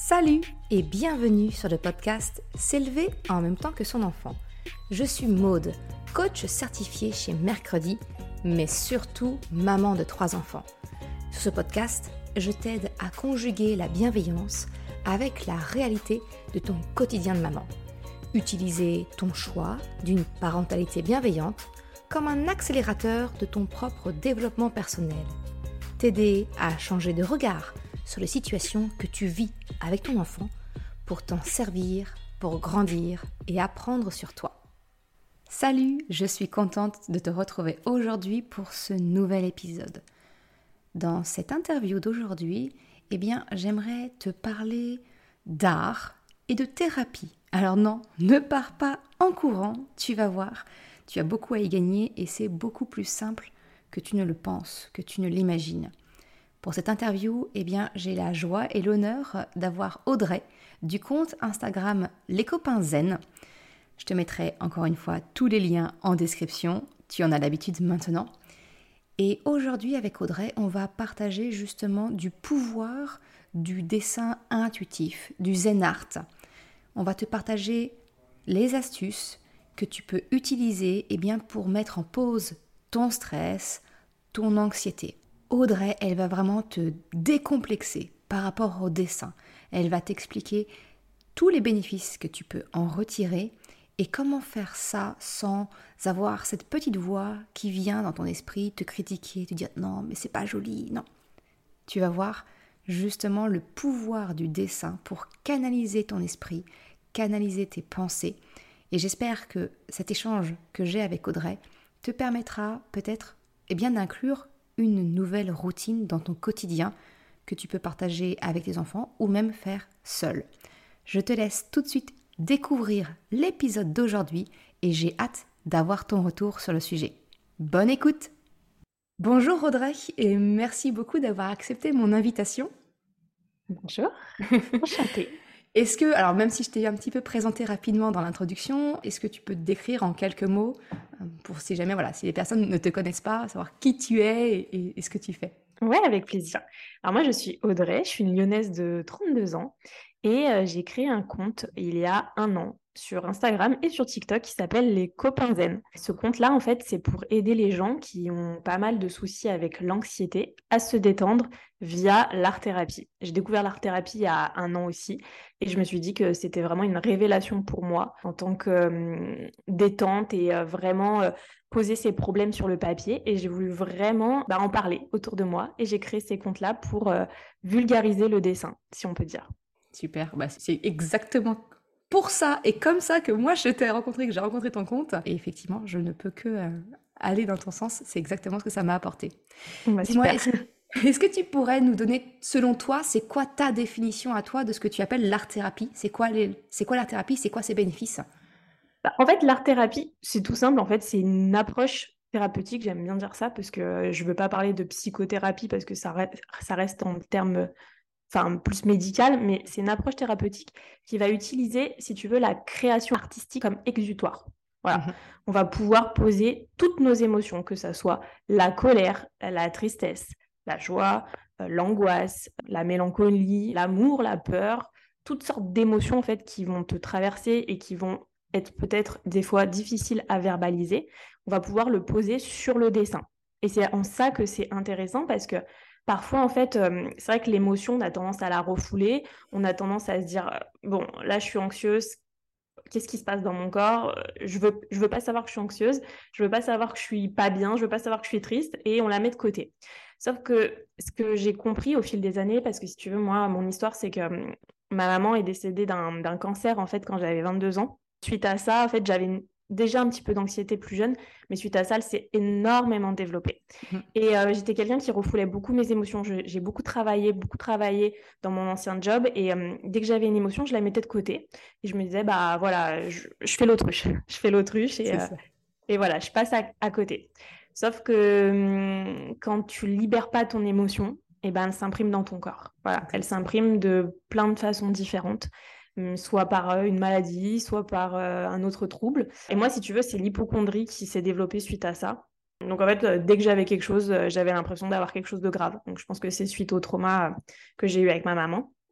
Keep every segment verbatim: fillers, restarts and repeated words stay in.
Salut et bienvenue sur le podcast S'élever en même temps que son enfant. Je suis Maude, coach certifié chez Mercredi, mais surtout maman de trois enfants. Sur ce podcast, je t'aide à conjuguer la bienveillance avec la réalité de ton quotidien de maman. Utiliser ton choix d'une parentalité bienveillante comme un accélérateur de ton propre développement personnel. T'aider à changer de regard sur les situations que tu vis avec ton enfant pour t'en servir, pour grandir et apprendre sur toi. Salut, je suis contente de te retrouver aujourd'hui pour ce nouvel épisode. Dans cette interview d'aujourd'hui, eh bien, j'aimerais te parler d'art et de thérapie. Alors non, ne pars pas en courant, tu vas voir, tu as beaucoup à y gagner et c'est beaucoup plus simple que tu ne le penses, que tu ne l'imagines. Pour cette interview, eh bien, j'ai la joie et l'honneur d'avoir Audrey du compte Instagram Les Copains Zen. Je te mettrai encore une fois tous les liens en description, tu en as l'habitude maintenant. Et aujourd'hui avec Audrey, on va partager justement du pouvoir du dessin intuitif, du Zen Art. On va te partager les astuces que tu peux utiliser eh bien, pour mettre en pause ton stress, ton anxiété. Audrey, elle va vraiment te décomplexer par rapport au dessin. Elle va t'expliquer tous les bénéfices que tu peux en retirer et comment faire ça sans avoir cette petite voix qui vient dans ton esprit te critiquer, te dire non mais c'est pas joli, non. Tu vas voir justement le pouvoir du dessin pour canaliser ton esprit, canaliser tes pensées. Et j'espère que cet échange que j'ai avec Audrey te permettra peut-être eh bien, d'inclure une nouvelle routine dans ton quotidien que tu peux partager avec tes enfants ou même faire seul. Je te laisse tout de suite découvrir l'épisode d'aujourd'hui et j'ai hâte d'avoir ton retour sur le sujet. Bonne écoute! Bonjour Audrey et merci beaucoup d'avoir accepté mon invitation. Bonjour, enchantée. Est-ce que, alors même si je t'ai un petit peu présenté rapidement dans l'introduction, est-ce que tu peux te décrire en quelques mots pour si jamais, voilà, si les personnes ne te connaissent pas, savoir qui tu es et, et ce que tu fais? Ouais, avec plaisir. Alors moi, je suis Audrey, je suis une Lyonnaise de trente-deux ans et euh, j'ai créé un compte il y a un an sur Instagram et sur TikTok qui s'appelle Les Copains Zen. Ce compte-là, en fait, c'est pour aider les gens qui ont pas mal de soucis avec l'anxiété à se détendre via l'art-thérapie. J'ai découvert l'art-thérapie il y a un an aussi et je me suis dit que c'était vraiment une révélation pour moi en tant que euh, détente et euh, vraiment euh, poser ses problèmes sur le papier et j'ai voulu vraiment bah, en parler autour de moi et j'ai créé ces comptes-là pour euh, vulgariser le dessin, si on peut dire. Super, bah, c'est exactement pour ça et comme ça que moi je t'ai rencontré, que j'ai rencontré ton compte. Et effectivement, je ne peux que euh, aller dans ton sens, c'est exactement ce que ça m'a apporté. Bah, Dis-moi, super. est-ce, est-ce que tu pourrais nous donner, selon toi, c'est quoi ta définition à toi de ce que tu appelles l'art-thérapie? C'est quoi, les, c'est quoi l'art-thérapie? C'est quoi ses bénéfices? Bah, en fait, l'art-thérapie, c'est tout simple. En fait, c'est une approche thérapeutique. J'aime bien dire ça parce que je ne veux pas parler de psychothérapie parce que ça reste, ça reste en termes enfin, plus médical, mais c'est une approche thérapeutique qui va utiliser, si tu veux, la création artistique comme exutoire. Voilà. Mhm. On va pouvoir poser toutes nos émotions, que ce soit la colère, la tristesse, la joie, euh, l'angoisse, la mélancolie, l'amour, la peur, toutes sortes d'émotions en fait qui vont te traverser et qui vont être peut-être des fois difficiles à verbaliser. On va pouvoir le poser sur le dessin. Et c'est en ça que c'est intéressant parce que parfois, en fait, euh, c'est vrai que l'émotion, on a tendance à la refouler. On a tendance à se dire, euh, bon, là, je suis anxieuse. Qu'est-ce qui se passe dans mon corps? Euh, Je veux, je veux pas savoir que je suis anxieuse. Je veux pas savoir que je suis pas bien. Je veux pas savoir que je suis triste. Et on la met de côté. Sauf que ce que j'ai compris au fil des années, parce que si tu veux, moi, mon histoire, c'est que euh, ma maman est décédée d'un, d'un cancer, en fait, quand j'avais vingt-deux ans. Suite à ça, en fait, j'avais une- déjà un petit peu d'anxiété plus jeune, mais suite à ça, elle s'est énormément développée. Mhm. Et euh, j'étais quelqu'un qui refoulait beaucoup mes émotions. Je- j'ai beaucoup travaillé, beaucoup travaillé dans mon ancien job. Et euh, dès que j'avais une émotion, je la mettais de côté. Et je me disais, bah voilà, je, je fais l'autruche. Je fais l'autruche et, C'est euh, ça. et voilà, je passe à, à côté. Sauf que hum, quand tu libères pas ton émotion, eh ben, elle s'imprime dans ton corps. Voilà, elle Exactement. s'imprime de plein de façons différentes, hum, soit par euh, une maladie, soit par euh, un autre trouble. Et moi, si tu veux, c'est l'hypocondrie qui s'est développée suite à ça. Donc en fait, euh, dès que j'avais quelque chose, euh, j'avais l'impression d'avoir quelque chose de grave. Donc je pense que c'est suite au trauma euh, que j'ai eu avec ma maman.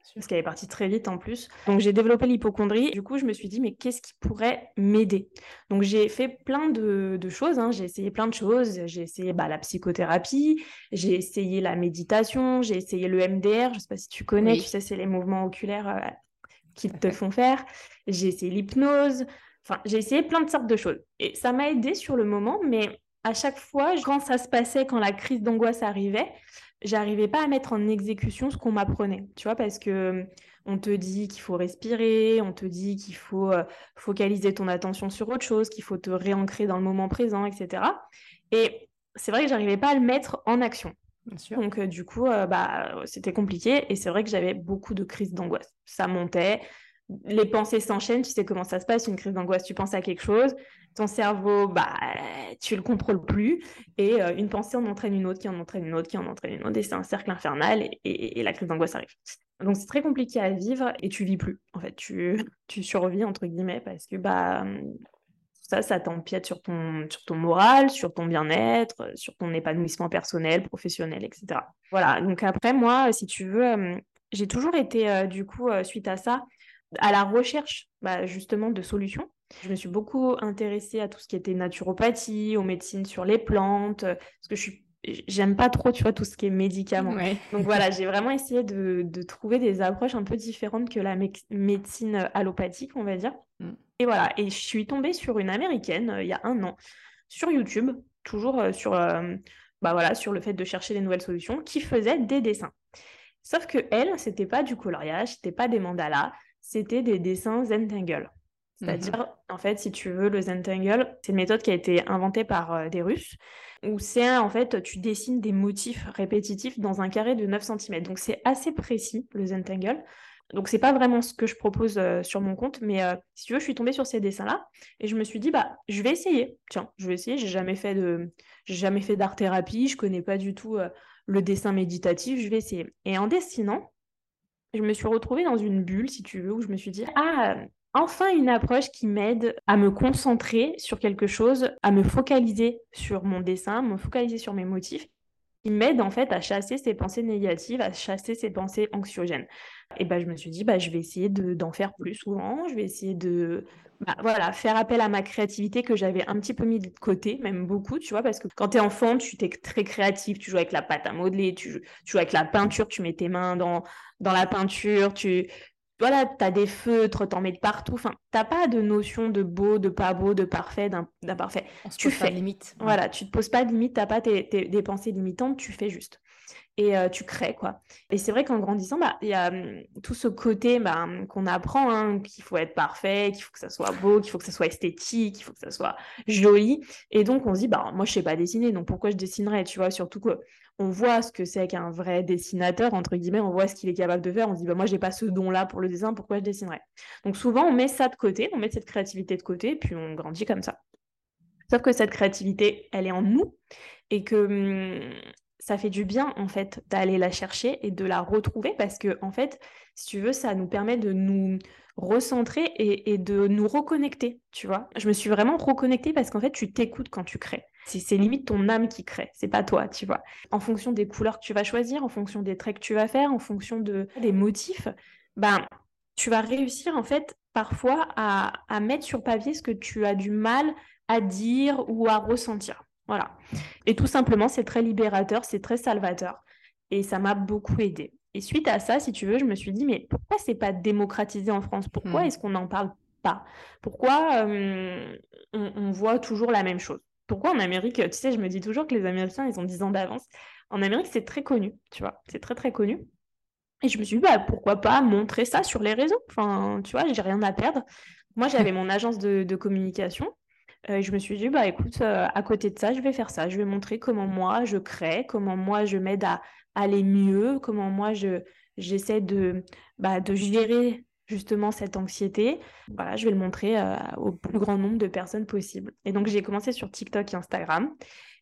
parce qu'elle est partie très vite en plus. Donc j'ai développé l'hypocondrie. Du coup, je me suis dit, mais qu'est-ce qui pourrait m'aider? Donc j'ai fait plein de, de choses, hein. J'ai essayé plein de choses. J'ai essayé bah, la psychothérapie, j'ai essayé la méditation, j'ai essayé le M D R. Je ne sais pas si tu connais, Oui, tu sais, c'est les mouvements oculaires euh, qui tout à te fait. font faire. J'ai essayé l'hypnose. Enfin, j'ai essayé plein de sortes de choses. Et ça m'a aidé sur le moment, mais à chaque fois, quand ça se passait, quand la crise d'angoisse arrivait, j'arrivais pas à mettre en exécution ce qu'on m'apprenait, tu vois, parce que euh, on te dit qu'il faut respirer, on te dit qu'il faut euh, focaliser ton attention sur autre chose, qu'il faut te réancrer dans le moment présent, et cetera. Et c'est vrai que j'arrivais pas à le mettre en action. Bien sûr. Donc, euh, du coup, euh, bah, c'était compliqué et c'est vrai que j'avais beaucoup de crises d'angoisse. Ça montait, les pensées s'enchaînent, tu sais comment ça se passe, une crise d'angoisse, tu penses à quelque chose, ton cerveau, bah, tu le contrôles plus et euh, une pensée en entraîne une autre, qui en entraîne une autre, qui en entraîne une autre et c'est un cercle infernal et, et- et la crise d'angoisse arrive. Donc, c'est très compliqué à vivre et tu vis plus. En fait, tu, tu survis, entre guillemets, parce que bah, ça, ça t'empiète sur ton, sur ton moral, sur ton bien-être, euh, sur ton épanouissement personnel, professionnel, et cetera. Voilà, donc après, moi, si tu veux, euh, j'ai toujours été, euh, du coup, euh, suite à ça, à la recherche, bah, justement, de solutions. Je me suis beaucoup intéressée à tout ce qui était naturopathie, aux médecines sur les plantes, euh, parce que je suis, j'aime pas trop, tu vois, tout ce qui est médicaments. Ouais. Donc voilà, j'ai vraiment essayé de, de trouver des approches un peu différentes que la mé- médecine allopathique, on va dire. Mm. Et voilà, et je suis tombée sur une américaine euh, il y a un an sur YouTube, toujours euh, sur, euh, bah voilà, sur le fait de chercher des nouvelles solutions, qui faisait des dessins. Sauf que elle, c'était pas du coloriage, c'était pas des mandalas, c'était des dessins Zentangle. Mhm. C'est-à-dire, en fait, si tu veux, le Zentangle, c'est une méthode qui a été inventée par euh, des Russes, où c'est en fait, tu dessines des motifs répétitifs dans un carré de neuf centimètres. Donc c'est assez précis, le Zentangle. Donc c'est pas vraiment ce que je propose euh, sur mon compte, mais euh, si tu veux, je suis tombée sur ces dessins-là et je me suis dit bah je vais essayer. Tiens, je vais essayer. J'ai jamais fait de, j'ai jamais fait d'art thérapie, je connais pas du tout euh, le dessin méditatif. Je vais essayer. Et en dessinant, je me suis retrouvée dans une bulle, si tu veux, où je me suis dit ah enfin une approche qui m'aide à me concentrer sur quelque chose, à me focaliser sur mon dessin, me focaliser sur mes motifs qui m'aide en fait à chasser ces pensées négatives, à chasser ces pensées anxiogènes. Et ben, je me suis dit, bah, je vais essayer de, d'en faire plus souvent, je vais essayer de bah, voilà, faire appel à ma créativité que j'avais un petit peu mis de côté, même beaucoup, tu vois, parce que quand tu es enfant, tu es très créatif, tu joues avec la pâte à modeler, tu, joues- tu joues avec la peinture, tu mets tes mains dans, dans la peinture, tu, voilà, tu as des feutres, t'en mets de partout. Enfin, t'as pas de notion de beau, de pas beau, de parfait, d'im- d'imparfait. On se Tu pose pas de fais. limites. Ouais. Voilà, tu te poses pas de limite, t'as pas tes, tes- des pensées limitantes, tu fais juste. Et euh, tu crées, quoi. Et c'est vrai qu'en grandissant, bah, il y a hum, tout ce côté bah, hum, qu'on apprend, hein, qu'il faut être parfait, qu'il faut que ça soit beau, qu'il faut que ça soit esthétique, qu'il faut que ça soit joli. Et donc, on se dit, bah, moi, je sais pas dessiner, donc pourquoi je dessinerais, tu vois, surtout que on voit ce que c'est qu'un vrai dessinateur, entre guillemets, on voit ce qu'il est capable de faire, on se dit, bah, moi, j'ai pas ce don-là pour le dessin, pourquoi je dessinerais? Donc, souvent, on met ça de côté, on met cette créativité de côté, puis on grandit comme ça. Sauf que cette créativité, elle est en nous et que hum, ça fait du bien en fait d'aller la chercher et de la retrouver parce que en fait, si tu veux, ça nous permet de nous recentrer et, et de nous reconnecter, tu vois. Je me suis vraiment reconnectée parce qu'en fait, tu t'écoutes quand tu crées. C'est c'est limite ton âme qui crée, c'est pas toi, tu vois. En fonction des couleurs que tu vas choisir, en fonction des traits que tu vas faire, en fonction de, des motifs, ben, tu vas réussir en fait parfois à, à mettre sur papier ce que tu as du mal à dire ou à ressentir. Voilà. Et tout simplement, c'est très libérateur, c'est très salvateur. Et ça m'a beaucoup aidé. Et suite à ça, si tu veux, je me suis dit, mais pourquoi c'est pas démocratisé en France? Pourquoi Mhm. est-ce qu'on n'en parle pas? Pourquoi euh, on, on voit toujours la même chose? Pourquoi en Amérique, tu sais, je me dis toujours que les Américains, ils ont dix ans d'avance. En Amérique, c'est très connu, tu vois, c'est très très connu. Et je me suis dit, bah, pourquoi pas montrer ça sur les réseaux? Enfin, tu vois, j'ai rien à perdre. Moi, j'avais mon agence de, de communication. Euh, et je me suis dit, bah écoute, euh, à côté de ça, je vais faire ça. Je vais montrer comment moi je crée, comment moi je m'aide à aller mieux, comment moi je j'essaie de, bah, de gérer justement cette anxiété. Voilà, je vais le montrer euh, au plus grand nombre de personnes possible. Et donc, j'ai commencé sur TikTok et Instagram.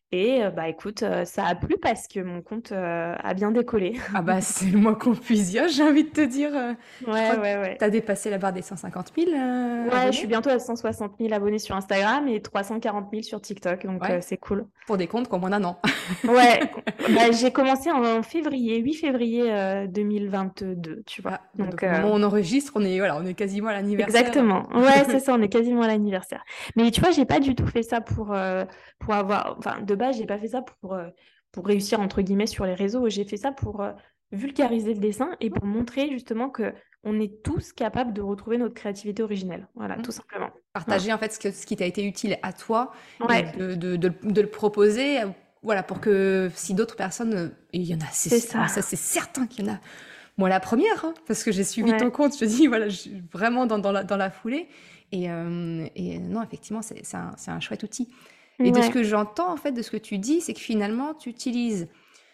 Et euh, bah écoute, euh, ça a plu parce que mon compte euh, a bien décollé. Ah bah, c'est le moins qu'on puisse dire, j'ai envie de te dire. euh, Je crois Ouais, que ouais, tu ouais. as dépassé la barre des cent cinquante mille euh, Ouais, je suis abonnés. bientôt à cent soixante mille abonnés sur Instagram et trois cent quarante mille sur TikTok, donc Ouais, euh, c'est cool. pour des comptes qui ont moins d'un an. Ouais, bah, j'ai commencé en février, huit février euh, deux mille vingt-deux, tu vois. Ah, bah Donc, donc au euh, moment où on enregistre, on est, voilà, on est quasiment à l'anniversaire. exactement. Ouais, c'est ça, on est quasiment à l'anniversaire. Mais tu vois, j'ai pas du tout fait ça pour, euh, pour avoir. Enfin, de base, j'ai pas fait ça pour, euh, pour réussir, entre guillemets, sur les réseaux. J'ai fait ça pour euh, vulgariser le dessin et pour montrer justement que on est tous capables de retrouver notre créativité originelle. Voilà, tout simplement. Voilà. Partager en fait ce, que, ce qui t'a été utile à toi et Ouais, de, de, de, le de le proposer, euh, voilà, pour que si d'autres personnes, euh, et il y en a, c'est c'est, alors ça ça. c'est certain qu'il y en a, moi la première, hein, parce que j'ai suivi ton Ouais, compte, je te dis, voilà, je suis vraiment dans, dans, la, dans la foulée, et, euh, et non, effectivement, c'est, c'est, un, c'est un chouette outil. Et de ce ouais. que j'entends, en fait, de ce que tu dis, c'est que finalement, tu utilises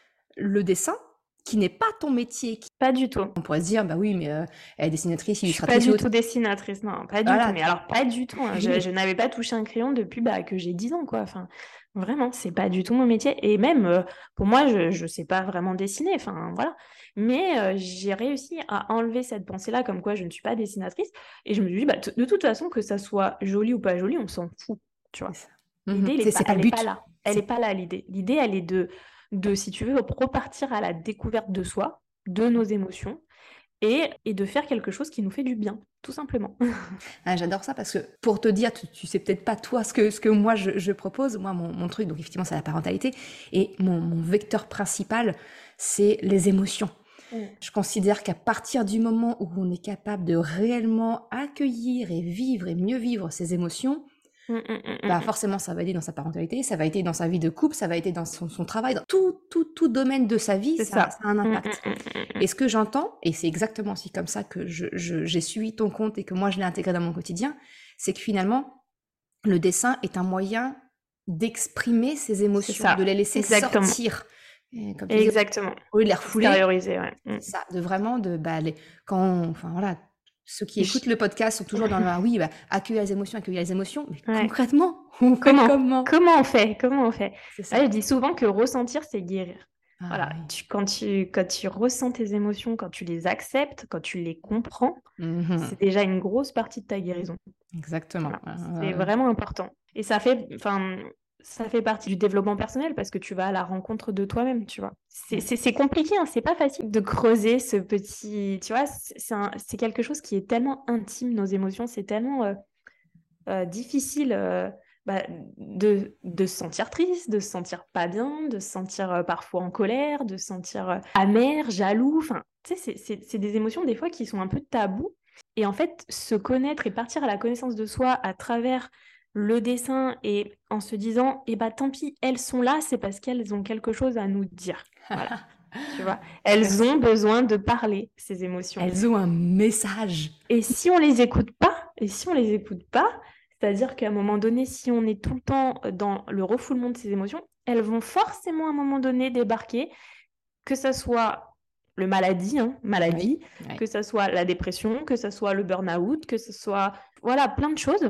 le dessin, qui n'est pas ton métier. Qui... Pas du tout. On pourrait se dire, bah oui, mais euh, elle est dessinatrice, Je suis pas illustratrice, du ou autre. tout dessinatrice, non, pas du tout. Voilà. Mais alors, pas du tout, hein. Je, Oui. je n'avais pas touché un crayon depuis bah, que j'ai dix ans, quoi. Enfin, vraiment, c'est pas du tout mon métier. Et même, euh, pour moi, je ne sais pas vraiment dessiner. Enfin, voilà. Mais euh, j'ai réussi à enlever cette pensée-là, comme quoi je ne suis pas dessinatrice. Et je me suis dit, bah, t- de toute façon, que ça soit joli ou pas joli, on s'en fout, tu C'est vois. ça. L'idée, Mhm. elle est C'est, pas, c'est pas elle le est pas but. là. Elle est C'est... pas là, l'idée. L'idée, elle est de, de, si tu veux, repartir à la découverte de soi, de nos émotions et, et de faire quelque chose qui nous fait du bien, tout simplement. Ah, j'adore ça parce que pour te dire, tu, tu sais peut-être pas toi ce que, ce que moi je, je propose. Moi, mon, mon truc, donc effectivement, c'est la parentalité. Et mon, mon vecteur principal, c'est les émotions. Mm. Je considère qu'à partir du moment où on est capable de réellement accueillir et vivre et mieux vivre ces émotions, Mm, mm, mm, bah mm. forcément, ça va aider dans sa parentalité, ça va aider dans sa vie de couple, ça va aider dans son, son travail, dans tout, tout, tout domaine de sa vie, C'est ça, ça. ça a un Mm, mm, impact. mm, mm, mm. Et ce que j'entends, et c'est exactement aussi comme ça que je, je, j'ai suivi ton compte et que moi je l'ai intégré dans mon quotidien, c'est que finalement, le dessin est un moyen d'exprimer ses C'est émotions, de ça. les laisser Exactement. sortir. Et comme tu disais, Exactement. au lieu de les refouler, Extérioriser, ouais. Mm. c'est ça, de vraiment, de, bah, les, quand, on- enfin voilà, ceux qui Et écoutent je- le podcast sont toujours dans le, ah oui, bah, accueillir les émotions, accueillir les émotions, mais ouais. concrètement, on fait Comment? comment? Comment on fait? Comment on fait? C'est ça. Ouais, je dis souvent que ressentir, c'est guérir. Ah Voilà, oui. tu, quand tu, quand tu ressens tes émotions, quand tu les acceptes, quand tu les comprends, Mhm. c'est déjà une grosse partie de ta guérison. Exactement. Voilà, c'est Euh, vraiment important. Et ça fait, enfin, ça fait partie du développement personnel parce que tu vas à la rencontre de toi-même, tu vois. C'est ouais. c'est- c'est compliqué, hein, c'est pas facile de creuser ce petit, tu vois, c'est c'est un- c'est quelque chose qui est tellement intime, nos émotions, c'est tellement euh, euh, difficile euh, bah, de, de se sentir triste, de se sentir pas bien, de se sentir euh, parfois en colère, de se sentir euh, amer, jaloux, enfin, tu sais, c'est c'est- c'est des émotions des fois qui sont un peu tabous. Et en fait, se connaître et partir à la connaissance de soi à travers le dessin et en se disant, eh bah tant pis, elles sont là, c'est parce qu'elles ont quelque chose à nous dire. Voilà, tu vois. Elles Elles ont besoin de parler, ces émotions. elles ont un message. Et si on les écoute pas, et si on les écoute pas, c'est-à-dire qu'à un moment donné, si on est tout le temps dans le refoulement de ces émotions, elles vont forcément à un moment donné débarquer, que ça soit le maladie, hein, Oui, maladie, oui. que ça soit la dépression, que ça soit le burn-out, que ce soit voilà plein de choses,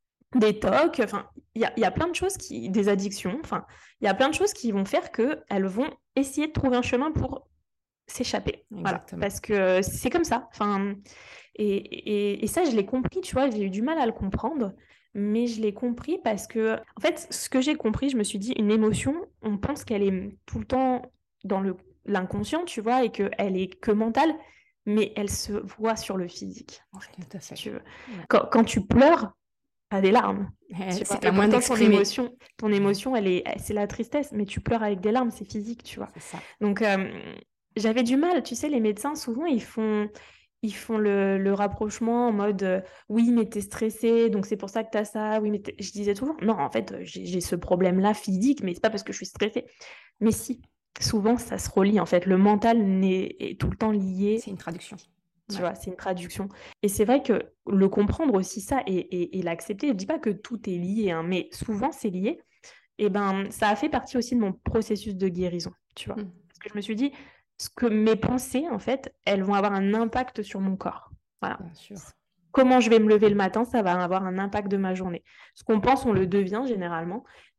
des tocs, enfin il y a, y a plein de choses qui, des addictions, enfin il y a plein de choses qui vont faire que elles vont essayer de trouver un chemin pour s'échapper, voilà, Exactement. parce que c'est comme ça, enfin. Et, et, et ça, je l'ai compris, tu vois, j'ai eu du mal à le comprendre, mais je l'ai compris parce que, en fait, ce que j'ai compris, je me suis dit, une émotion, on pense qu'elle est tout le temps dans le, l'inconscient, tu vois, et qu'elle est que mentale, mais elle se voit sur le physique, en fait, Tout à si fait. tu veux. Ouais. Quand, quand tu pleures, t'as des larmes, Euh, tu vois, C'est et un moyen pourtant, ton d'exprimer. émotion, ton émotion, elle est, c'est la tristesse, mais tu pleures avec des larmes, c'est physique, tu vois. C'est ça. Donc, euh, j'avais du mal, tu sais, les médecins, souvent, ils font ils font le, le rapprochement en mode euh, oui, mais t'es stressé, donc c'est pour ça que t'as ça. Oui, mais t'es- je disais toujours non, en fait, euh, j'ai j'ai ce problème-là physique, mais c'est pas parce que je suis stressée. Mais si, souvent, ça se relie en fait. Le mental n'est, est tout le temps lié, C'est une traduction. tu Ouais. vois, c'est une traduction. Et c'est vrai que le comprendre aussi ça et, et, et l'accepter, je dis pas que tout est lié, hein, mais souvent c'est lié, et ben ça a fait partie aussi de mon processus de guérison, tu vois. Mm. Parce que je me suis dit, ce que mes pensées, en fait, elles vont avoir un impact sur mon corps. Voilà. Bien sûr. Comment je vais me lever le matin, ça va avoir un impact de ma journée. Ce qu'on pense, on le devient généralement.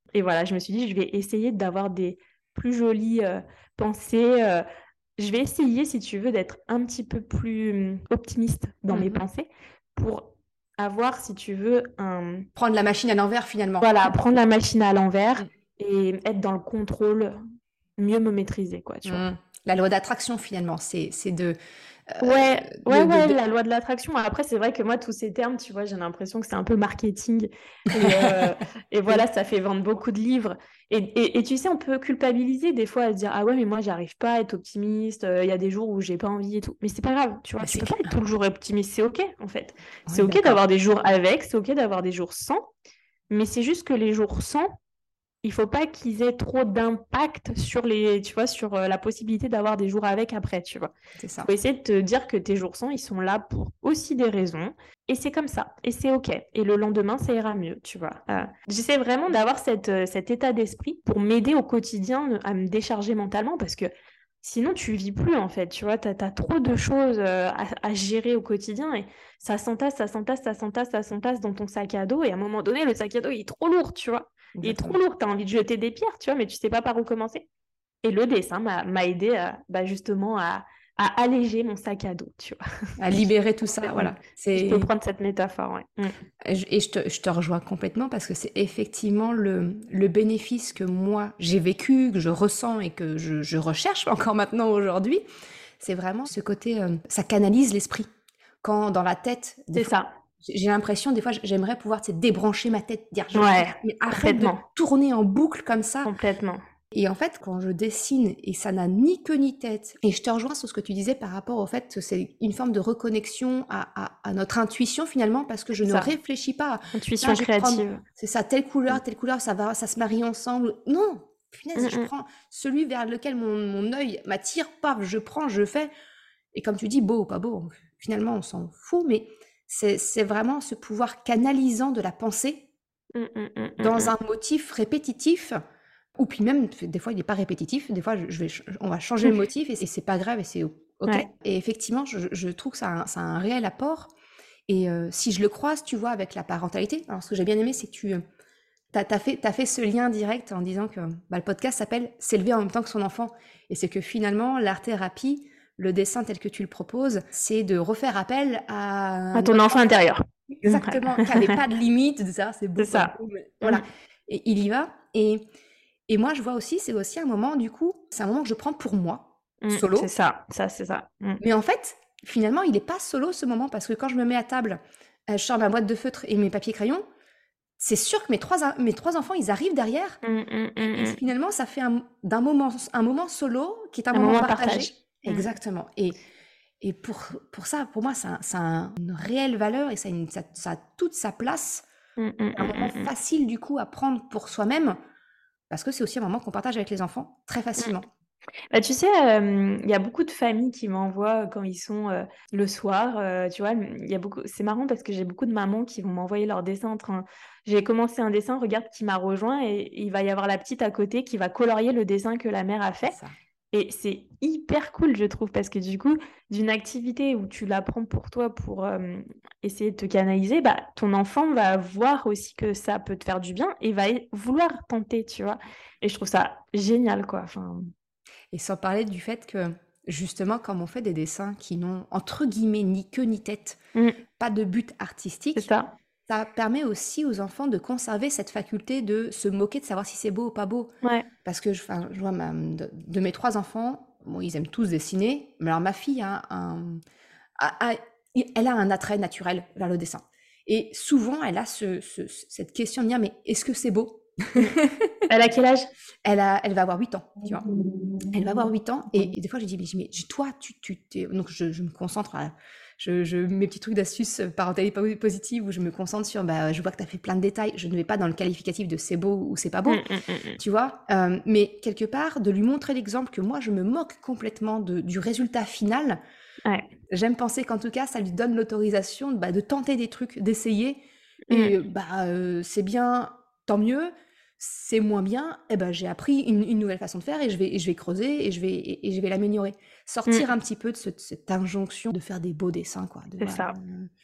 Et voilà, je me suis dit, je vais essayer d'avoir des plus jolies euh, pensées. euh, je vais essayer, si tu veux, d'être un petit peu plus hum, optimiste dans mes Mhm. pensées pour avoir, si tu veux, un... Prendre la machine à l'envers finalement. Voilà, prendre la machine à l'envers Mm. et être dans le contrôle, mieux me maîtriser, quoi, tu vois. Mm. La loi d'attraction finalement, c'est c'est de, euh, Ouais, ouais, de, de, ouais, de- la loi de l'attraction. Après, c'est vrai que moi, tous ces termes, tu vois, j'ai l'impression que c'est un peu marketing. Et, euh, et Oui, voilà, ça fait vendre beaucoup de livres. Et, et, et tu sais, on peut culpabiliser des fois à se dire, ah ouais, mais moi, j'arrive pas à être optimiste. euh, Il y a des jours où j'ai pas envie et tout. Mais c'est pas grave, tu vois, bah, tu c'est peux pas être clair. tout le jour optimiste. C'est OK, en fait. On C'est est OK d'accord. d'avoir des jours avec, c'est OK d'avoir des jours sans. Mais c'est juste que les jours sans, il faut pas qu'ils aient trop d'impact sur les, tu vois, sur euh, la possibilité d'avoir des jours avec après, tu vois. C'est Il ça. faut essayer de te dire que tes jours sans, ils sont là pour aussi des raisons. Et c'est comme ça. Et c'est OK. Et le lendemain, ça ira mieux, tu vois. Euh, j'essaie vraiment d'avoir cette, euh, cet état d'esprit pour m'aider au quotidien euh, à me décharger mentalement parce que sinon, tu vis plus, en fait. Tu vois, tu as, trop de choses euh, à, à gérer au quotidien et ça s'entasse, ça s'entasse, ça s'entasse, ça s'entasse dans ton sac à dos. Et à un moment donné, le sac à dos, il est trop lourd, tu vois. Il est trop Exactement. lourd, tu as envie de jeter des pierres, tu vois, mais tu sais pas par où commencer. Et le dessin m'a m'a aidé à, bah, justement à, à alléger mon sac à dos, tu vois. À Si je libérer peux tout prendre ça, cette, voilà. si je peux C'est prendre cette métaphore, ouais. Mm. Et je et je te, je te rejoins complètement parce que c'est effectivement le, le bénéfice que moi j'ai vécu, que je ressens et que je, je recherche encore maintenant aujourd'hui. C'est vraiment ce côté, euh, ça canalise l'esprit. Quand dans la tête, des C'est fois, ça. j'ai l'impression, des fois, j'aimerais pouvoir tu sais, débrancher ma tête, dire je, Ouais, mais arrête de complètement. tourner en boucle comme ça. Complètement. Et en fait, quand je dessine et ça n'a ni queue ni tête, et je te rejoins sur ce que tu disais par rapport au fait que c'est une forme de reconnexion à, à- à notre intuition finalement, parce que je C'est ne ça. réfléchis pas à, tiens, Intuition je vais prendre, créative. c'est ça, telle Mm. couleur, telle couleur, ça va, ça se marie ensemble. Non, Mm, punaise, je mm. prends celui vers lequel mon, mon œil m'attire, paf, je prends, je fais. Et comme tu dis, beau ou pas beau, finalement, on s'en fout, mais c'est c'est vraiment ce pouvoir canalisant de la pensée Mm, mm, mm, mm, dans mm. un motif répétitif, ou puis même, des fois, il n'est pas répétitif, des fois, je, je vais, on va changer le motif et c'est c'est pas grave et c'est OK. Ouais. Et effectivement, je, je trouve que ça a, un, ça a un réel apport. Et euh, si je le croise, tu vois, avec la parentalité, alors ce que j'ai bien aimé, c'est que tu as, as, fait, t'as fait ce lien direct en disant que bah, le podcast s'appelle S'élever en même temps que son enfant. Et c'est que finalement, l'art-thérapie, le dessin tel que tu le proposes, c'est de refaire appel à À ton notre enfant enfant. intérieur. Exactement, qui n'avait pas de limite, de ça, c'est beau, C'est pas ça. beau, mais Mm. voilà. Et il y va. Et, et moi, je vois aussi, c'est aussi un moment, du coup, c'est un moment que je prends pour moi, Mm. C'est solo. ça. Ça, c'est ça. Mm. Mais en fait, finalement, il n'est pas solo ce moment, parce que quand je me mets à table, euh, je sors ma boîte de feutre et mes papiers crayons, c'est sûr que mes trois, a- mes trois enfants, ils arrivent derrière. Mm, mm, Et, et mm, mm. finalement, ça fait un, d'un moment, un moment solo qui est un Un moment moment à partagé. partage. Mm. Exactement. Et, et pour, pour ça, pour moi, ça, ça a une réelle valeur et ça a, une- ça- ça a toute sa place. Mm, mm, Un mm, moment mm, mm. facile, du coup, à prendre pour soi-même, parce que c'est aussi un moment qu'on partage avec les enfants très Mm. facilement. Bah, tu sais, euh, il y a beaucoup de familles qui m'envoient quand ils sont euh, le soir. Euh, tu vois, il y a beaucoup. C'est marrant parce que j'ai beaucoup de mamans qui vont m'envoyer leurs dessins en train. J'ai commencé un dessin, regarde qui m'a rejoint et il va y avoir la petite à côté qui va colorier le dessin que la mère a C'est fait. ça. Et c'est hyper cool, je trouve, parce que du coup, d'une activité où tu la prends pour toi pour euh, essayer de te canaliser, bah, ton enfant va voir aussi que ça peut te faire du bien et va vouloir tenter, tu vois. Et je trouve ça génial, quoi. Enfin, Et sans parler du fait que, justement, comme on fait des dessins qui n'ont, entre guillemets, ni queue ni tête, mm, pas de but c'est artistique, ça. ça permet aussi aux enfants de conserver cette faculté de se moquer, de savoir si c'est beau ou pas beau. Ouais. Parce que je, enfin, je vois ma- de, de mes trois enfants, bon, ils aiment tous dessiner, mais alors ma fille a un, a- a- elle a un attrait naturel vers le dessin. Et souvent, elle a ce- ce- cette question de dire, mais est-ce que c'est beau? Mm. Elle a quel âge? Elle a, elle va avoir huit ans, tu vois. Elle va avoir huit ans et, et des fois je dis mais, je dis, mais toi tu tu t'es... donc je, je me concentre à, je, je mes petits trucs d'astuces parentalité positive où je me concentre sur bah je vois que tu as fait plein de détails, je ne vais pas dans le qualificatif de c'est beau ou c'est pas Mm, beau, mm, mm, mm. tu vois. Euh, mais quelque part de lui montrer l'exemple que moi je me moque complètement de, du résultat final. Ouais. J'aime penser qu'en tout cas ça lui donne l'autorisation bah, de tenter des trucs, d'essayer Mm, et bah euh, c'est bien, tant mieux. C'est moins bien, eh ben, j'ai appris une, une nouvelle façon de faire et je vais, et je vais creuser et je vais, et, et je vais l'améliorer. Sortir mm. un petit peu de ce- de cette injonction de faire des beaux dessins, quoi. De, C'est voilà, ça. euh,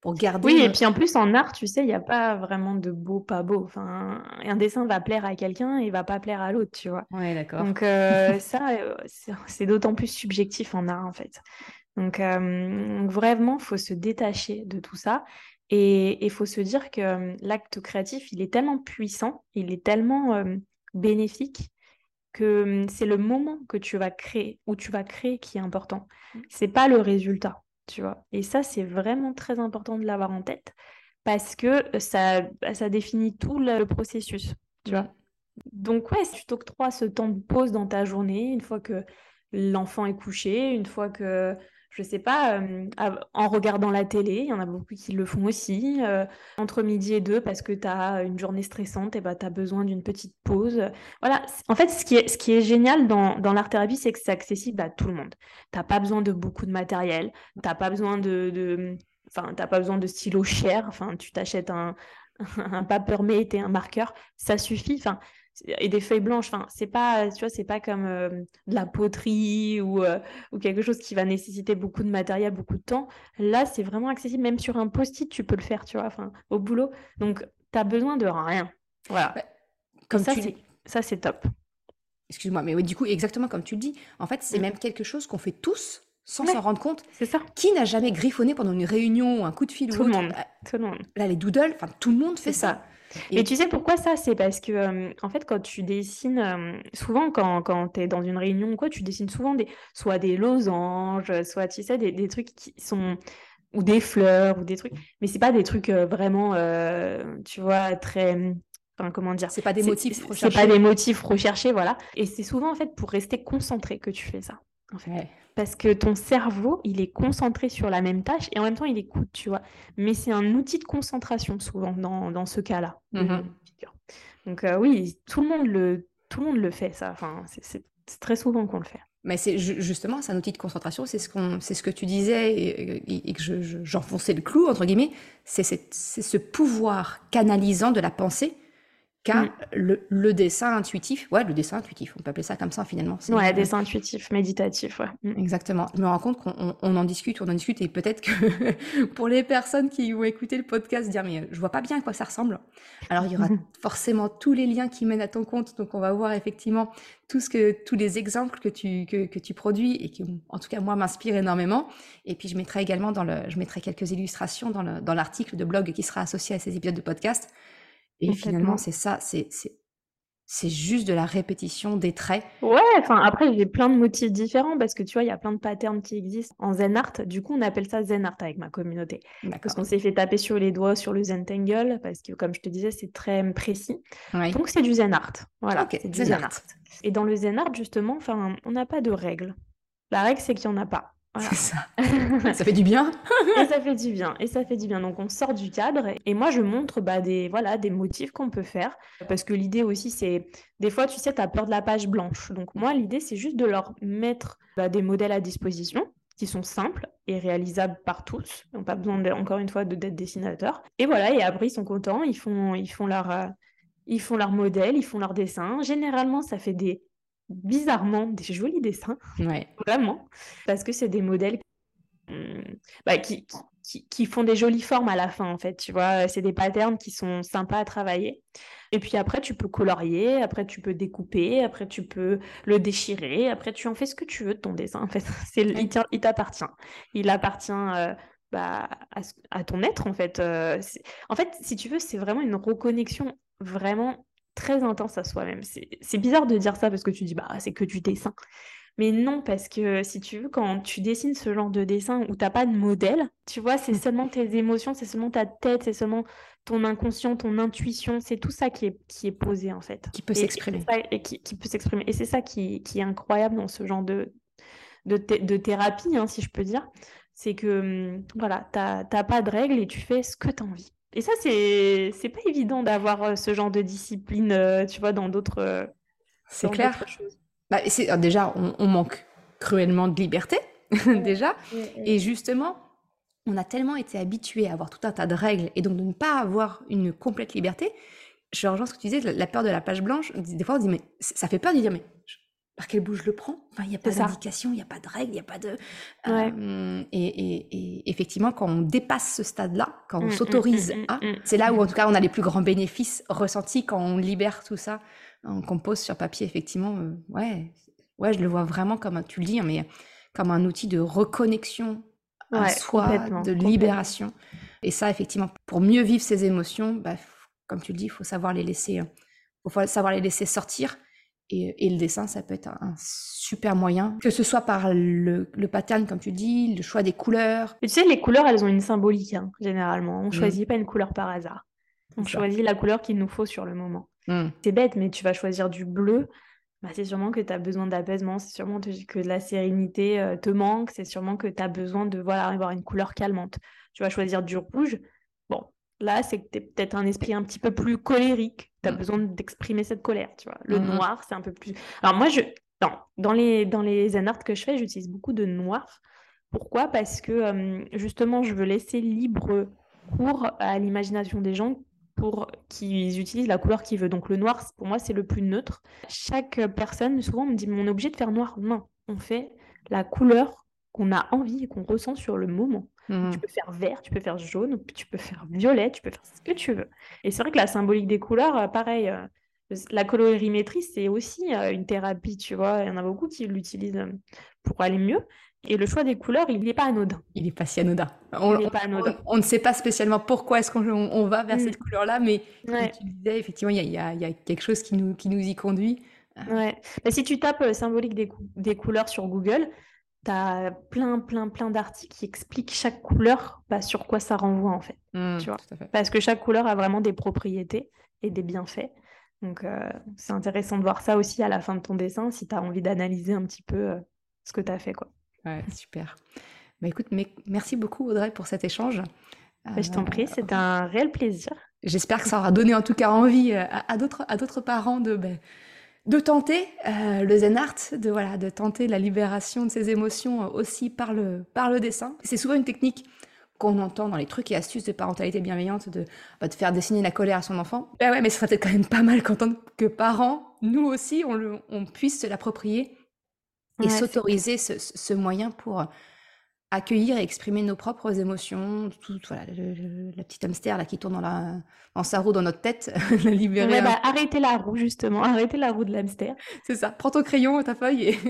pour garder Oui, et une... puis en plus, en art, tu sais, il n'y a pas vraiment de beau, pas beau. Enfin, un dessin va plaire à quelqu'un et il va pas plaire à l'autre, tu vois. Ouais, d'accord. Donc, euh, ça, euh, c'est c'est d'autant plus subjectif en art, en fait. Donc, euh, donc vraiment, il faut se détacher de tout ça. Et il faut se dire que euh, l'acte créatif, il est tellement puissant, il est tellement euh, bénéfique que hum, c'est le moment que tu vas créer, où tu vas créer qui est important. C'est pas le résultat, tu vois. Et ça, c'est vraiment très important de l'avoir en tête parce que ça, bah, ça définit tout le, le processus, tu Mm. vois. Donc, ouais, si tu t'octroies ce temps de pause dans ta journée, une fois que l'enfant est couché, une fois que, je sais pas, euh, av- en regardant la télé, il y en a beaucoup qui le font aussi, euh, entre midi et deux, parce que tu as une journée stressante, et bah, tu as besoin d'une petite pause. Voilà, C- en fait, ce qui est, ce qui est génial dans, dans l'art-thérapie, c'est que c'est accessible à tout le monde. T'as pas besoin de beaucoup de matériel, t'as pas besoin de, de... Enfin, t'as pas besoin de stylo cher, enfin, tu t'achètes un, un papermate et un marqueur, ça suffit. Enfin, et des feuilles blanches. Enfin, c'est pas, tu vois, c'est pas comme euh, de la poterie ou, euh, ou quelque chose qui va nécessiter beaucoup de matériel, beaucoup de temps. Là, c'est vraiment accessible. Même sur un post-it, tu peux le faire, tu vois, enfin, au boulot. Donc, tu as besoin de rien. Voilà. Bah, Et comme ça, tu le... c'est ça, c'est top. Excuse-moi, mais oui, du coup, exactement comme tu le dis, en fait, c'est Mm. même quelque chose qu'on fait tous sans s'en Ouais, rendre compte. c'est ça. Qui n'a jamais griffonné pendant une réunion ou un coup de fil ou Tout le autre? monde. Bah, Tout le monde. là, les doodles, enfin, tout le monde C'est fait ça. ça. Mais Et tu sais pourquoi ça? C'est parce que, euh, en fait, quand tu dessines, euh, souvent quand, quand tu es dans une réunion ou quoi, tu dessines souvent des, soit des losanges, soit, tu sais, des, des trucs qui sont, ou des fleurs, ou des trucs. Mais c'est pas des trucs euh, vraiment, euh, tu vois, très, enfin, comment dire, c'est pas des c'est motifs c'est- c'est pas recherchés. des motifs recherchés, voilà. Et c'est souvent, en fait, pour rester concentré que tu fais ça, en fait. Ouais. Parce que ton cerveau, il est concentré sur la même tâche et en même temps, il écoute, tu vois. Mais c'est un outil de concentration, souvent, dans, dans ce cas-là de Mhm. figure. Donc, euh, oui, tout le monde le, tout le monde le fait, ça. Enfin, c'est c'est- c'est très souvent qu'on le fait. Mais c'est ju- justement, c'est un outil de concentration, c'est ce qu'on, c'est ce que tu disais et, et- et que je- je- j'enfonçais le clou, entre guillemets, c'est cette- c'est ce pouvoir canalisant de la pensée qu'a Mm. le, le dessin intuitif. Ouais, le dessin intuitif, on peut appeler ça comme ça finalement. C'est, Ouais, euh, dessin intuitif, méditatif, ouais. Mm. exactement. Je me rends compte qu'on on- on en discute, on en discute, et peut-être que pour les personnes qui vont écouter le podcast, dire mais euh, je vois pas bien à quoi ça ressemble. Alors il y aura forcément tous les liens qui mènent à ton compte, donc on va voir effectivement tout ce que, tous les exemples que tu, que, que tu produis et qui, en tout cas moi, m'inspirent énormément. Et puis je mettrai également dans le, je mettrai quelques illustrations dans le, dans l'article de blog qui sera associé à ces épisodes de podcast. Et finalement, Complètement. c'est ça, c'est, c'est, c'est juste de la répétition des traits. Ouais, enfin après j'ai plein de motifs différents parce que tu vois, il y a plein de patterns qui existent en Zen Art. Du coup, on appelle ça Zen Art avec ma communauté. Parce D'accord. qu'on s'est fait taper sur les doigts sur le Zentangle parce que comme je te disais, c'est très précis. Oui. Donc c'est du Zen Art. Voilà, Ok, c'est du Zen Zen Art. Art. Et dans le Zen Art, justement, enfin, on n'a pas de règles. La règle, c'est qu'il n'y en a pas. C'est Voilà. ça. Ça fait du bien. Et ça fait du bien, et ça fait du bien. Donc on sort du cadre et moi je montre bah, des, voilà, des motifs qu'on peut faire. Parce que l'idée aussi c'est, des fois tu sais, tu as peur de la page blanche. Donc moi l'idée c'est juste de leur mettre bah, des modèles à disposition qui sont simples et réalisables par tous. Ils n'ont pas besoin, de- encore une fois, de d'être dessinateurs. Et voilà, et après ils sont contents, ils font, ils font leur, euh, ils font leur modèle, ils font leur dessin. Généralement ça fait des, bizarrement, des jolis dessins, Ouais. vraiment. Parce que c'est des modèles hum, bah, qui, qui, qui font des jolies formes à la fin, en fait, tu vois. C'est des patterns qui sont sympas à travailler. Et puis après, tu peux colorier, après, tu peux découper, après, tu peux le déchirer, après, tu en fais ce que tu veux de ton dessin, en fait. C'est, il Ouais. tient- il t'appartient. Il appartient euh, bah, à, ce- à ton être, en fait. Euh, c'est- en fait, si tu veux, c'est vraiment une reconnexion vraiment très intense à soi-même. C'est, c'est bizarre de dire ça parce que tu dis, bah, c'est que du dessin. Mais non, parce que si tu veux, quand tu dessines ce genre de dessin où t'as pas de modèle, tu vois, c'est seulement tes émotions, c'est seulement ta tête, c'est seulement ton inconscient, ton intuition, c'est tout ça qui est, qui est posé en fait. Qui peut Et, et c'est s'exprimer. ça, et qui, qui peut s'exprimer. Et c'est ça qui, qui est incroyable dans ce genre de, de, thé- de thérapie, hein, si je peux dire. C'est que, hum, voilà, t'as t'as pas de règles et tu fais ce que t'as envie. Et ça, c'est, c'est pas évident d'avoir euh, ce genre de discipline, euh, tu vois, dans d'autres, euh, C'est dans clair. d'autres choses. Bah, c'est, alors déjà, on, on manque cruellement de liberté, Ouais, déjà. ouais, ouais. Et justement, on a tellement été habitué à avoir tout un tas de règles et donc de ne pas avoir une complète liberté. Je rejoins ce que tu disais, la, la peur de la page blanche. Des fois, on se dit, mais ça fait peur de dire, mais par quel bout je le prends. Enfin, il n'y a pas C'est ça. d'indication, il n'y a pas de règle, il n'y a pas de... Ouais. Euh, et, et- et effectivement, quand on dépasse ce stade-là, quand on Mm, mm, s'autorise mm, à, mm, mm. c'est là où en tout cas on a les plus grands bénéfices ressentis quand on libère tout ça, hein, qu'on pose sur papier, effectivement. euh, ouais, ouais, je le vois vraiment comme, un- tu le dis, hein, mais comme un outil de reconnexion à Ouais, soi, complètement, de complètement. libération. Et ça, effectivement, pour mieux vivre ces émotions, bah, f- comme tu le dis, il faut savoir les laisser, euh, faut savoir les laisser sortir. Et, et le dessin, ça peut être un, un super moyen, que ce soit par le, le pattern, comme tu dis, le choix des couleurs. Mais tu sais, les couleurs, elles ont une symbolique, hein, généralement. On Mm, choisit pas une couleur par hasard. On c'est ça. choisit la couleur qu'il nous faut sur le moment. Mm, C'est bête, mais tu vas choisir du bleu. Bah, c'est sûrement que tu as besoin d'apaisement, c'est sûrement te- que la sérénité euh, te manque, c'est sûrement que tu as besoin de voilà, avoir une couleur calmante. Tu vas choisir du rouge. Bon, là, c'est que tu es peut-être un esprit un petit peu plus colérique. Tu as mm, besoin d'exprimer cette colère, tu vois. Le mm, mm. noir, c'est un peu plus... Alors moi, je... non, dans les, dans les zen art que je fais, j'utilise beaucoup de noir. Pourquoi? Parce que euh, justement, je veux laisser libre cours à l'imagination des gens pour qu'ils utilisent la couleur qu'ils veulent. Donc le noir, pour moi, c'est le plus neutre. Chaque personne, souvent, me dit, mais on est obligé de faire noir. Non, on fait la couleur qu'on a envie et qu'on ressent sur le moment. Donc, tu Mm. peux faire vert, tu peux faire jaune, tu peux faire violet, tu peux faire ce que tu veux. Et c'est vrai que la symbolique des couleurs, euh, pareil, euh, la colorimétrie, c'est aussi euh, une thérapie, tu vois. Il y en a beaucoup qui l'utilisent euh, pour aller mieux. Et le choix des couleurs, il n'est pas anodin. Il est pas si anodin. On, Il on- n'est pas on- anodin. on ne sait pas spécialement pourquoi est-ce qu'on on- on va vers Mm. cette couleur-là, mais comme Ouais. tu disais, effectivement, il y a, il y a- il y a quelque chose qui nous, qui nous y conduit. Euh, Ouais. Bah, si tu tapes euh, symbolique des, cou- des couleurs sur Google, tu as plein, plein, plein d'articles qui expliquent chaque couleur, bah, sur quoi ça renvoie en fait. mm, Tu vois? tout à fait. Parce que chaque couleur a vraiment des propriétés et des bienfaits. Donc, euh, c'est intéressant de voir ça aussi à la fin de ton dessin si tu as envie d'analyser un petit peu euh, ce que tu as fait, quoi. Ouais, super. Bah, écoute, mais, merci beaucoup Audrey pour cet échange. Bah, je t'en Euh, prie, c'était un réel plaisir. J'espère que ça aura donné en tout cas envie euh, à, à d'autres à d'autres parents de, ben, de tenter euh, le zen art, de, voilà, de tenter la libération de ses émotions euh, aussi par le, par le dessin. C'est souvent une technique qu'on entend dans les trucs et astuces de parentalité bienveillante, de, bah, de faire dessiner la colère à son enfant. Ben ouais, mais ce serait peut-être quand même pas mal qu'en tant que parents, nous aussi, on, le, on puisse se l'approprier et Ouais, c'est clair. s'autoriser ce, ce moyen pour accueillir et exprimer nos propres émotions, tout, voilà, le- le- la petite hamster là, qui tourne dans, la, dans sa roue dans notre tête, la libérer Ouais, un bah, arrêtez la roue, justement. Arrêtez la roue de l'hamster. c'est ça. Prends ton crayon, ta feuille et,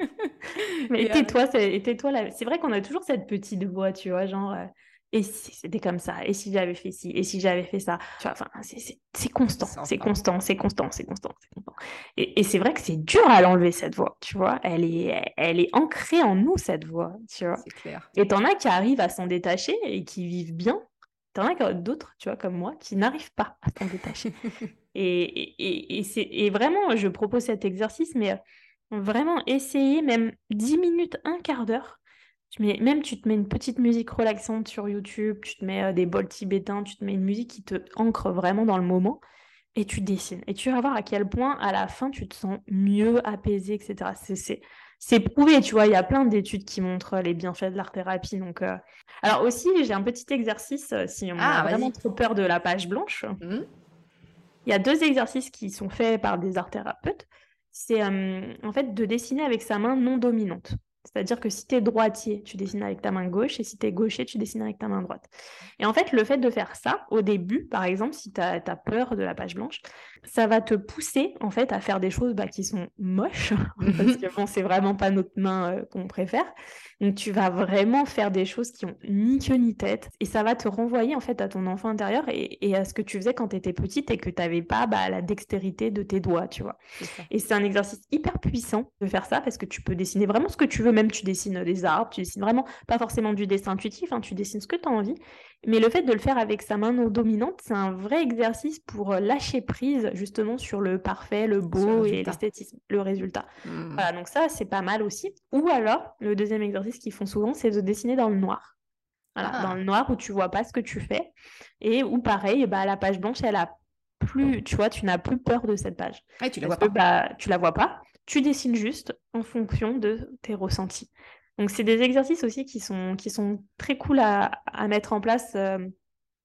Mais et arrête. tais-toi, c'est et tais-toi là. C'est vrai qu'on a toujours cette petite voix, tu vois, genre, euh, et si c'était comme ça, et si j'avais fait ci, et si j'avais fait ça. Tu vois, enfin, c'est c'est- c'est constant, Sans c'est fin. constant, c'est constant, c'est constant, c'est constant. Et, et c'est vrai que c'est dur à l'enlever, cette voix, tu vois. Elle est, elle est ancrée en nous, cette voix, tu vois. C'est clair. Et t'en as qui arrivent à s'en détacher et qui vivent bien. T'en as que- d'autres, tu vois, comme moi, qui n'arrivent pas à s'en détacher. Et, et, et, et c'est, et vraiment, je propose cet exercice, mais euh, vraiment essayer même dix minutes, un quart d'heure. Tu mets, même tu te mets une petite musique relaxante sur YouTube, tu te mets euh, des bols tibétains, tu te mets une musique qui te ancre vraiment dans le moment et tu dessines. Et tu vas voir à quel point à la fin tu te sens mieux, apaisé, et cetera. C'est, c'est, c'est prouvé, tu vois, il y a plein d'études qui montrent les bienfaits de l'art-thérapie. Donc, euh, alors aussi, j'ai un petit exercice, euh, si on a Ah, vraiment vas-y. trop peur de la page blanche. Hmm. Il y a deux exercices qui sont faits par des art thérapeutes. C'est euh, en fait de dessiner avec sa main non dominante. C'est-à-dire que si tu es droitier, tu dessines avec ta main gauche, et si tu es gaucher, tu dessines avec ta main droite. Et en fait, le fait de faire ça, au début, par exemple, si tu as peur de la page blanche, ça va te pousser en fait à faire des choses bah, qui sont moches, parce que bon, c'est vraiment pas notre main euh, qu'on préfère. Donc tu vas vraiment faire des choses qui ont ni queue ni tête, et ça va te renvoyer en fait à ton enfant intérieur et, et à ce que tu faisais quand tu étais petite et que tu n'avais pas bah, la dextérité de tes doigts, tu vois. C'est ça. Et c'est un exercice hyper puissant de faire ça parce que tu peux dessiner vraiment ce que tu veux, même tu dessines des arbres, tu dessines vraiment pas forcément du dessin intuitif, hein, tu dessines ce que tu as envie. Mais le fait de le faire avec sa main non dominante, c'est un vrai exercice pour lâcher prise justement sur le parfait, le Sur le beau et résultat. l'esthétisme, le résultat. Hmm. Voilà, donc ça, c'est pas mal aussi. Ou alors, le deuxième exercice qu'ils font souvent, c'est de dessiner dans le noir. Voilà, dans le Ah. noir où tu vois pas ce que tu fais. Et où pareil, bah, la page blanche, elle a plus, tu vois, tu n'as plus peur de cette page. Ouais, tu la Parce vois que pas. bah, tu la vois pas, tu dessines juste en fonction de tes ressentis. Donc, c'est des exercices aussi qui sont, qui sont très cool à, à mettre en place euh,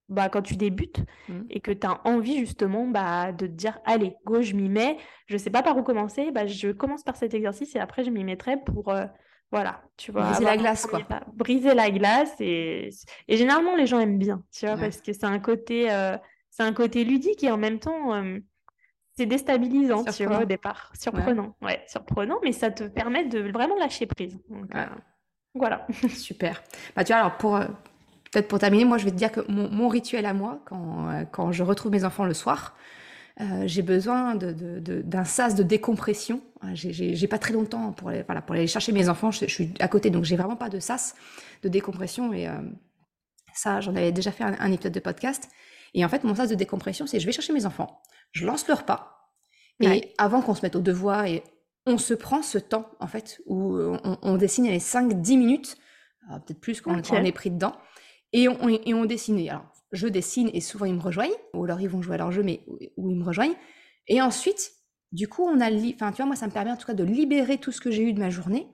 bah, quand tu débutes Mmh. et que tu as envie justement bah, de te dire « Allez, go, je m'y mets. Je ne sais pas par où commencer. Bah, je commence par cet exercice et après, je m'y mettrai pour... euh, voilà, tu vois, Briser avoir la un glace, premier quoi. pas. Briser la glace. Et, et généralement, les gens aiment bien, tu vois, Ouais. parce que c'est un côté, euh, c'est un côté ludique et en même temps, euh, c'est déstabilisant, tu vois, au Surprenant. départ. Ouais. Surprenant, ouais, surprenant, mais ça te permet de vraiment lâcher prise. Donc, Ouais. euh, voilà. Super. Bah, tu vois, alors pour, euh, peut-être pour terminer, moi je vais te dire que mon, mon rituel à moi, quand, euh, quand je retrouve mes enfants le soir, euh, j'ai besoin de, de, de, d'un sas de décompression. J'ai, j'ai, j'ai pas très longtemps pour aller, voilà, pour aller chercher mes enfants, je, je suis à côté, donc j'ai vraiment pas de sas de décompression. Et euh, ça, j'en avais déjà fait un, un épisode de podcast. Et en fait, mon sas de décompression, c'est je vais chercher mes enfants, je lance le repas, et Ouais. avant qu'on se mette au devoir, et on se prend ce temps, en fait, où on, on dessine les cinq dix minutes, alors peut-être plus quand, Ok. quand on est pris dedans, et on, et on dessine. Alors, je dessine et souvent ils me rejoignent, ou alors ils vont jouer à leur jeu, mais où ils me rejoignent. Et ensuite, du coup, on a, li- enfin, tu vois, moi, ça me permet en tout cas de libérer tout ce que j'ai eu de ma journée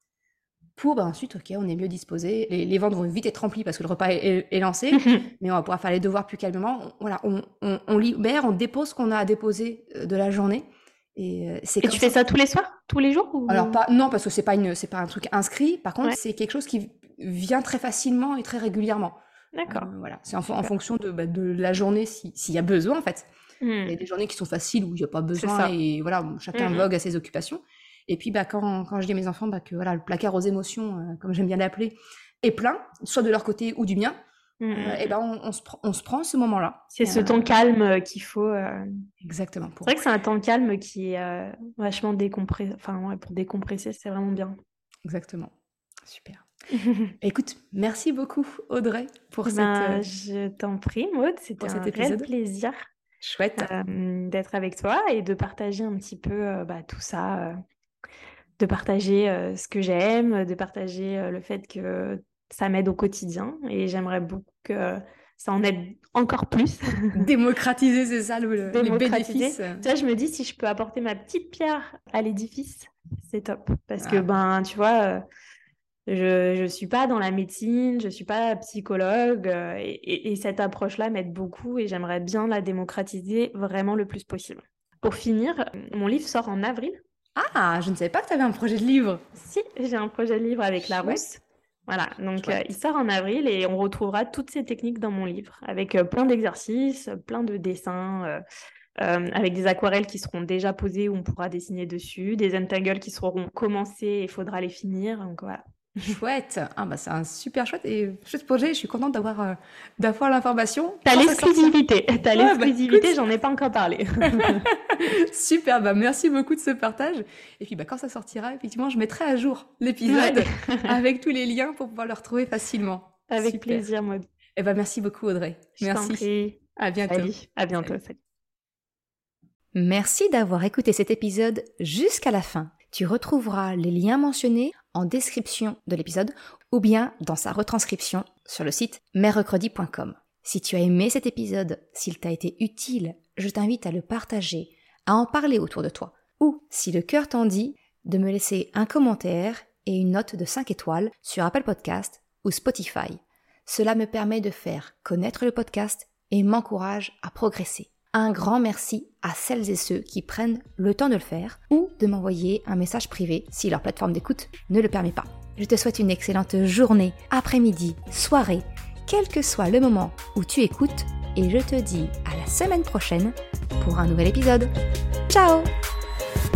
pour, bah, ensuite, ok, on est mieux disposé. Les, les ventres vont vite être remplis parce que le repas est, est- est lancé, mais on va pouvoir faire les devoirs plus calmement. On- voilà, on, on, on libère, on dépose ce qu'on a à déposer euh, de la journée. Et euh, c'est Et comme tu fais ça tous les soirs? Tous les jours ou... Alors pas, non, parce que c'est pas une, c'est pas un truc inscrit. Par contre, Ouais, c'est quelque chose qui vient très facilement et très régulièrement. Euh, d'accord. voilà, c'est en, fon- en Super. fonction de, bah, de la journée, si- s'il y a besoin en fait. Il y a Hmm, des journées qui sont faciles où il n'y a pas c'est besoin ça. et voilà, chacun Mhm. vogue à ses occupations. Et puis bah, quand, quand je dis à mes enfants bah, que voilà, le placard aux émotions, euh, comme j'aime bien l'appeler, est plein, soit de leur côté ou du mien, Hmm, euh, hmm, et hmm. ben on, on se, pr- on se prend ce moment-là. C'est Euh, ce temps calme euh, qu'il faut. euh. exactement. C'est Pour... vrai que c'est un temps calme qui est euh, vachement décompressé. Enfin, ouais, pour décompresser, c'est vraiment bien. Exactement. Super. Écoute, merci beaucoup Audrey pour, Eh cette, euh, ben, je t'en prie, Maud. C'était pour cet un réel épisode. plaisir Chouette. euh, d'être avec toi et de partager un petit peu euh, bah, tout ça, euh, de partager euh, ce que j'aime, de partager euh, le fait que ça m'aide au quotidien et j'aimerais beaucoup que ça en aide encore plus, Démocratiser, c'est ça le- les démocratiser. bénéfices. Tu vois, je me dis si je peux apporter ma petite pierre à l'édifice, c'est top. Parce que, Ah, ben, tu vois, euh, je ne suis pas dans la médecine, je ne suis pas psychologue euh, et, et- et cette approche-là m'aide beaucoup et j'aimerais bien la démocratiser vraiment le plus possible. Pour finir, mon livre sort en avril. Ah, je ne savais pas que tu avais un projet de livre. Si, j'ai un projet de livre avec Larousse. Chouette. Voilà, donc euh, il Chouette. sort en avril et on retrouvera toutes ces techniques dans mon livre, avec euh, plein d'exercices, plein de dessins, euh, euh, avec des aquarelles qui seront déjà posées où on pourra dessiner dessus, des untangles qui seront commencés et il faudra les finir. Donc voilà. Chouette. Ah bah c'est un super chouette et chouette projet. Je suis contente d'avoir euh, d'avoir l'information. T'as Quand ça sortira. l'exclusivité, t'as Ouais, bah, l'exclusivité, écoute. j'en ai pas encore parlé. Super, bah merci beaucoup de ce partage. Et puis bah quand ça sortira, effectivement, je mettrai à jour l'épisode Ouais. avec tous les liens pour pouvoir le retrouver facilement. Avec Super. plaisir, Maud. Et bah merci beaucoup Audrey. Je t'en Merci. prie. À bientôt. Salut, à bientôt. Salut. Salut. Merci d'avoir écouté cet épisode jusqu'à la fin. Tu retrouveras les liens mentionnés en description de l'épisode ou bien dans sa retranscription sur le site merrecredi point com. Si tu as aimé cet épisode, s'il t'a été utile, je t'invite à le partager, à en parler autour de toi. Ou, si le cœur t'en dit, de me laisser un commentaire et une note de cinq étoiles sur Apple Podcast ou Spotify. Cela me permet de faire connaître le podcast et m'encourage à progresser. Un grand merci à celles et ceux qui prennent le temps de le faire ou de m'envoyer un message privé si leur plateforme d'écoute ne le permet pas. Je te souhaite une excellente journée, après-midi, soirée, quel que soit le moment où tu écoutes et je te dis à la semaine prochaine pour un nouvel épisode. Ciao!